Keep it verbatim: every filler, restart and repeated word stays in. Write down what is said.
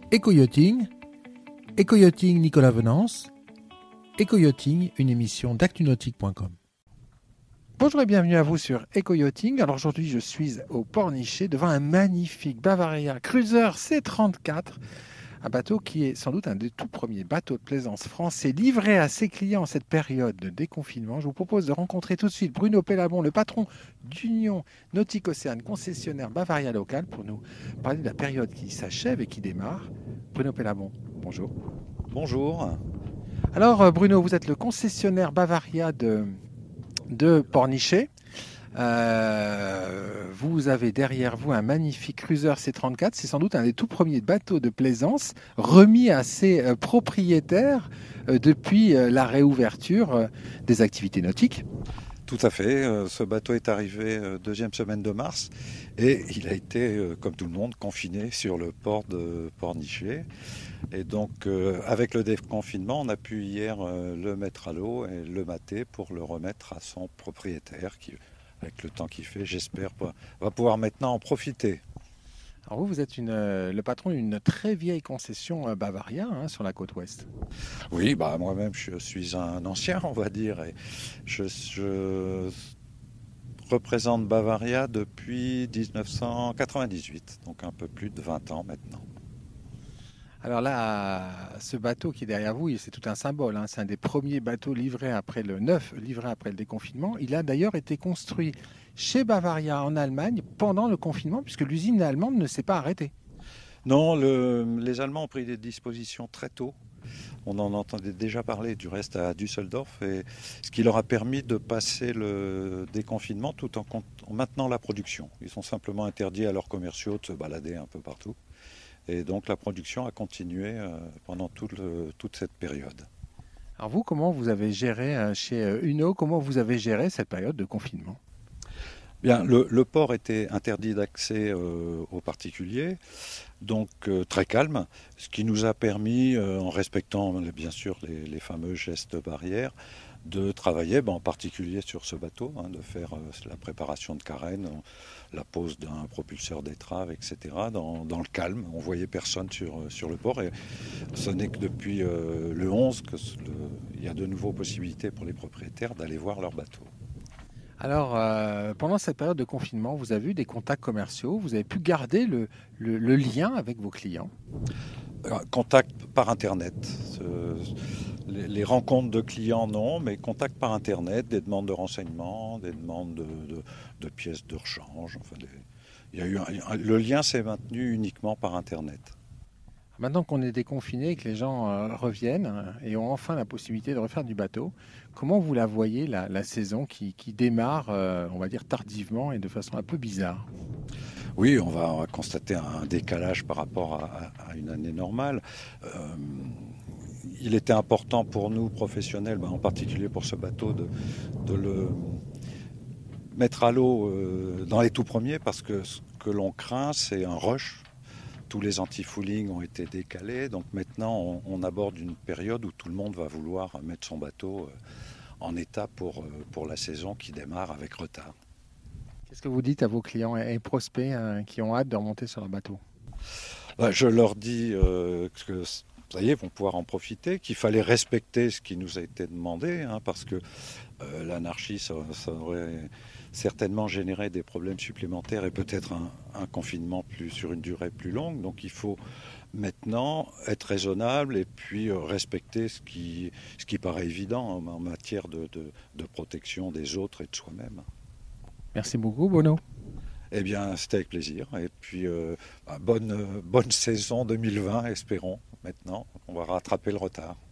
Éco-yachting, Éco-yachting Nicolas Venance, Éco-yachting, une émission d'actunautique point com. Bonjour et bienvenue à vous sur Éco-yachting. Alors aujourd'hui, je suis au Pornichet devant un magnifique Bavaria Cruiser C trente-quatre, un bateau qui est sans doute un des tout premiers bateaux de plaisance français livré à ses clients en cette période de déconfinement. Je vous propose de rencontrer tout de suite Bruno Pellabon, le patron d'Union Nautique Océane, concessionnaire Bavaria local, pour nous parler de la période qui s'achève et qui démarre. Bruno Pellabon, bonjour. Bonjour. Alors Bruno, vous êtes le concessionnaire Bavaria de, de Pornichet. Euh, vous avez derrière vous un magnifique cruiser C trente-quatre. C'est sans doute un des tout premiers bateaux de plaisance remis à ses euh, propriétaires euh, depuis euh, la réouverture euh, des activités nautiques. Tout à fait. Euh, ce bateau est arrivé euh, deuxième semaine de mars et il a été, euh, comme tout le monde, confiné sur le port de Pornichet. Et donc, euh, avec le déconfinement, on a pu hier euh, le mettre à l'eau et le mater pour le remettre à son propriétaire qui, avec le temps qu'il fait, j'espère, va pouvoir maintenant en profiter. Alors vous, vous êtes une, euh, le patron d'une très vieille concession euh, Bavaria hein, sur la côte ouest. Oui, bah, moi-même, je suis un ancien, on va dire. Et je, je représente Bavaria depuis dix-neuf cent quatre-vingt-dix-huit, donc un peu plus de vingt ans maintenant. Alors là, ce bateau qui est derrière vous, c'est tout un symbole. Hein. C'est un des premiers bateaux livrés après le neuf, livrés après le déconfinement. Il a d'ailleurs été construit chez Bavaria en Allemagne pendant le confinement, puisque l'usine allemande ne s'est pas arrêtée. Non, le, les Allemands ont pris des dispositions très tôt. On en entendait déjà parler du reste à Düsseldorf, et ce qui leur a permis de passer le déconfinement tout en, en maintenant la production. Ils ont simplement interdit à leurs commerciaux de se balader un peu partout. Et donc la production a continué pendant tout le, toute cette période. Alors vous, comment vous avez géré chez Uno, comment vous avez géré cette période de confinement ? Bien, le, le port était interdit d'accès euh, aux particuliers, donc euh, très calme, ce qui nous a permis, euh, en respectant bien sûr les, les fameux gestes barrières, de travailler ben, en particulier sur ce bateau, hein, de faire euh, la préparation de carène, la pose d'un propulseur d'étrave, et cetera, dans, dans le calme. On voyait personne sur, sur le port et ce n'est que depuis euh, le onze qu'il y a de nouveau possibilités pour les propriétaires d'aller voir leur bateau. Alors, euh, pendant cette période de confinement, vous avez eu des contacts commerciaux, vous avez pu garder le, le, le lien avec vos clients ? Contact par Internet. Euh, les, les rencontres de clients, non, mais contact par Internet, des demandes de renseignements, des demandes de, de, de pièces de rechange. Enfin, des, il y a eu un, le lien s'est maintenu uniquement par Internet. Maintenant qu'on est déconfiné et que les gens euh, reviennent euh, et ont enfin la possibilité de refaire du bateau, comment vous la voyez, la, la saison qui, qui démarre, euh, on va dire, tardivement et de façon un peu bizarre ? Oui, on va, on va constater un décalage par rapport à, à une année normale. Euh, il était important pour nous, professionnels, ben en particulier pour ce bateau, de, de le mettre à l'eau euh, dans les tout premiers, parce que ce que l'on craint, c'est un rush. Tous les anti-foulings ont été décalés, donc maintenant on, on aborde une période où tout le monde va vouloir mettre son bateau euh, en état pour, euh, pour la saison qui démarre avec retard. Qu'est-ce que vous dites à vos clients et prospects hein, qui ont hâte de remonter sur leur bateau ? Ben, je leur dis euh, que ça y est, vont pouvoir en profiter, qu'il fallait respecter ce qui nous a été demandé, hein, parce que euh, l'anarchie, ça, ça aurait certainement généré des problèmes supplémentaires et peut-être un, un confinement plus, sur une durée plus longue. Donc il faut maintenant être raisonnable et puis euh, respecter ce qui, ce qui paraît évident en, en matière de, de, de protection des autres et de soi-même. Merci beaucoup, Bruno. Eh bien, c'était avec plaisir. Et puis, euh, bonne, bonne saison deux mille vingt, espérons. Maintenant, on va rattraper le retard.